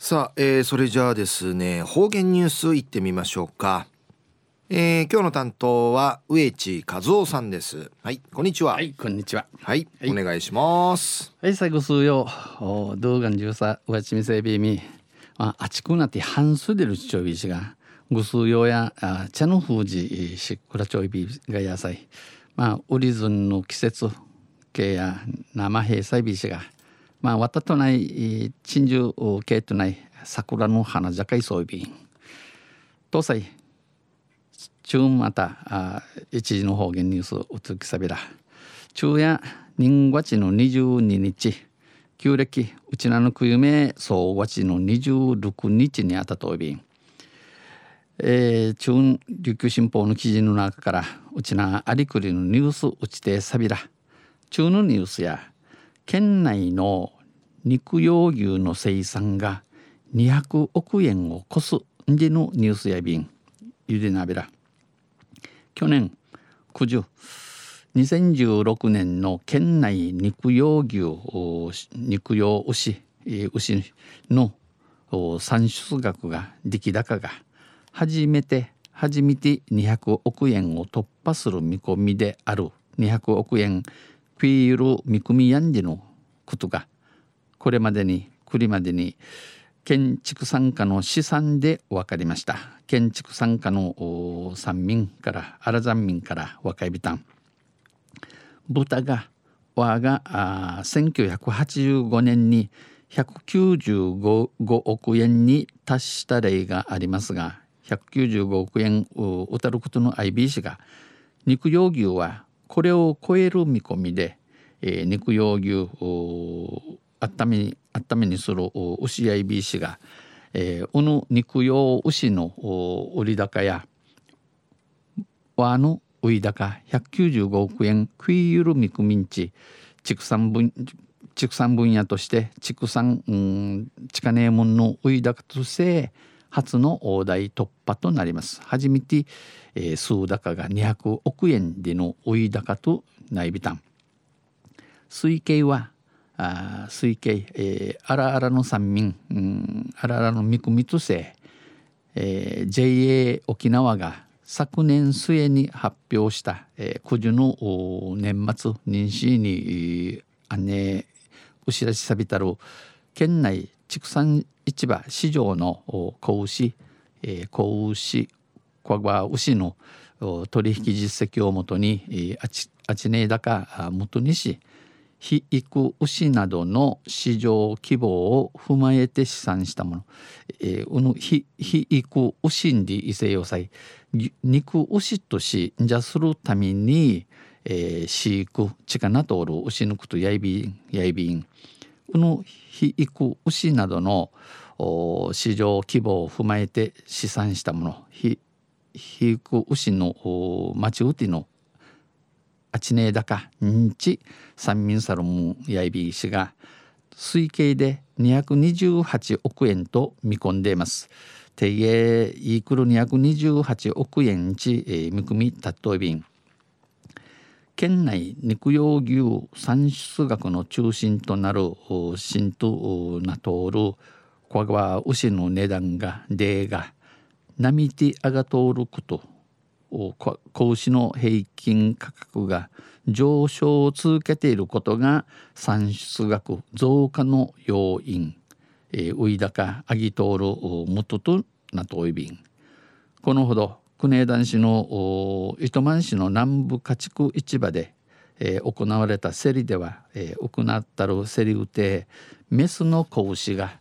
さあ、それじゃあですね、方言ニュースいってみましょうか。今日の担当は植地和夫さんです。はい、こんにちは。 はい、こんにちは。 はい、 はい、 お願いします。 はい、最後数曜、動画中さ、うわちみせびみ、あちくなって半数でるちょいびしが、ぐ数曜や、茶の封じしくらちょいびが野菜、ウリズンの季節系や生閉塞びしが、わたとない、珍獣系とない桜の花じゃかいそうびん。とさい、中また、一時の方言ニュースうつきさびら。昼夜人月の22日、旧暦うちなのくゆめ総月の26日にあたとびん、中琉球新報の記事の中からうちなありくりのニュースうちてさびら、中のニュースや県内の肉用牛の生産が200億円を超すんでのニュースやびんゆでなびら、去年2016年の県内肉用牛肉用牛の産出額が出来高が初めて200億円を突破する見込みである。200億円食い入る見込みやんじのことがこれまでに県畜産課の試算で分かりました。県畜産課の産民からアラザン民から若いびたん、豚が1985年に195億円に達した例がありますが、195億円をたることの IB 氏が肉用牛はこれを超える見込みで、肉用牛あっためにする牛 IB 氏が、肉用牛の売り高や和の売り高195億円食いゆる見込みんち、畜産分野として畜産地下ネームの売り高として初の大台突破となります。初めて、数高が200億円での売り高とないびたん。推計はあらあらの産民、あらあらの見込みとして、JA 沖縄が昨年末に発表した、九樹の年末年始にうしらしさびたる県内畜産市場市場の子牛小川牛の取引実績をもとにあちねえだか元にし肥育牛などの市場規模を踏まえて試算したもの、肥育牛に異性をさい肉牛としんじゃするために、飼育地下なとおる牛肉とやいびんこの肥育牛などの市場規模を踏まえて試算したもの、肥育牛の町うてのあちねえだかんち三民サロンやいび氏が推計で228億円と見込んでいます。定芸イークル228億円ち、見込みたっといびん、県内肉用牛産出額の中心となる新となとおる小川牛の値段が波て上がとおること子牛の平均価格が上昇を続けていることが産出額増加の要因、ウイダカアギトール元となといびん、このほど国枝市の糸満市の南部家畜市場で、行われた競りでは、行ったる競りうてメスの子牛が、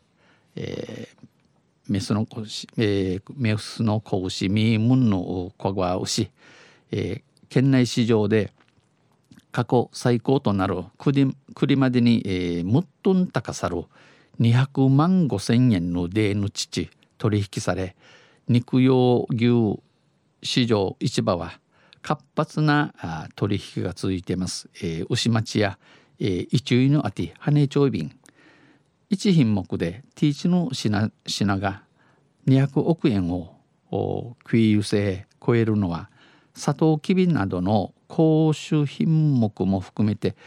メスの子牛ミームンの小川牛、県内市場で過去最高となるくりまでに、もっとん高さる200万5千円のデーの父取引され、肉用牛市場市場は活発な取引が続いています。牛町や、一中のあて羽根町便1品目で T1 の品が200億円を食いゆせ超えるのはサトウキビなどの高種品目も含めて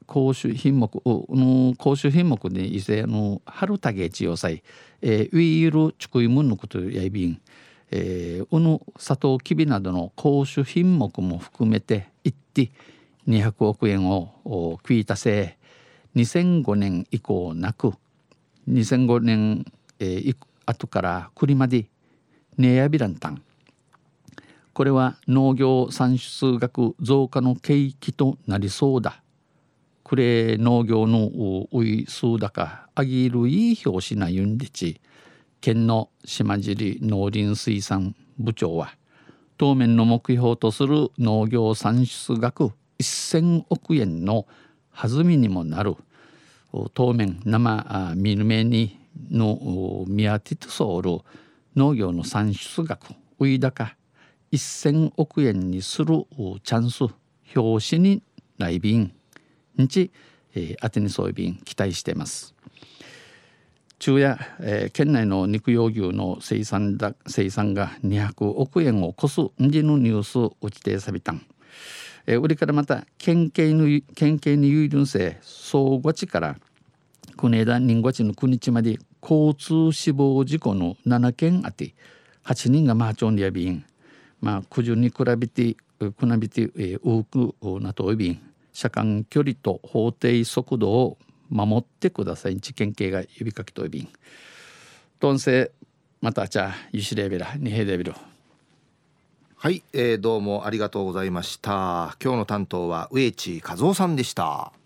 甲種品目でいせ春たげちよさいウィールチクイムンのことやいびん砂糖きびなどの甲種品目も含めて一手200億円を食いたせ2005年以降なく2005年、後からくりまでねやびらんたん。これは農業産出額増加の契機となりそうだ。くれ農業のういそうだかあぎるいい表紙なゆんでち県の島尻農林水産部長は当面の目標とする農業産出額1000億円の弾みにもなる当面生見る目にの見当てとそうる農業の産出額ういだか1000億円にするチャンス表紙に来便にち、当てにそういう便期待しています。昼夜、県内の肉用牛の生産が200億円を超すんじのニュースを打ちてさびたん。売りからまた県警に有料性総合地から国枝人5日の9日まで交通死亡事故の7件あって8人がマーチョンリアビン九十に比べて多くなといびん車間距離と法定速度を守ってください。県警が呼びかけといびんどんせまたじゃあゆしレベルにへレベルはい、どうもありがとうございました。今日の担当は植地和夫さんでした。